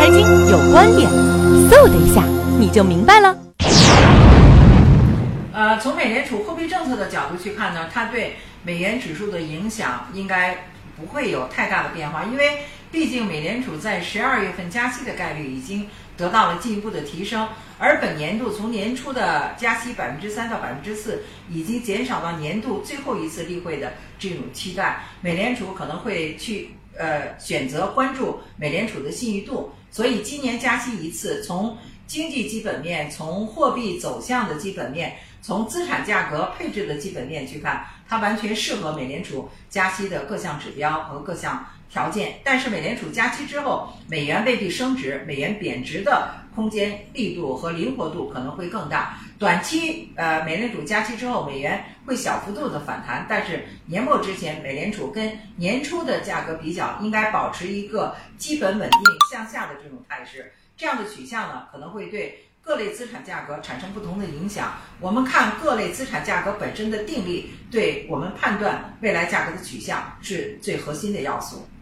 财经有观点，嗖的一下你就明白了。 从美联储货币政策的角度去看呢，它对美元指数的影响应该不会有太大的变化，因为毕竟美联储在12月份加息的概率已经得到了进一步的提升，而本年度从年初的加息3%到4%，已经减少到年度最后一次例会的这种期待。美联储可能会去选择关注美联储的信誉度，所以今年加息一次，从经济基本面、从货币走向的基本面、从资产价格配置的基本面去看，它完全适合美联储加息的各项指标和各项条件。但是美联储加息之后，美元未必升值，美元贬值的空间、力度和灵活度可能会更大。短期美联储加息之后，美元会小幅度的反弹，但是年末之前，美联储跟年初的价格比较，应该保持一个基本稳定向下的这种态势。这样的取向呢，可能会对各类资产价格产生不同的影响。我们看各类资产价格本身的定力，对我们判断未来价格的取向是最核心的要素。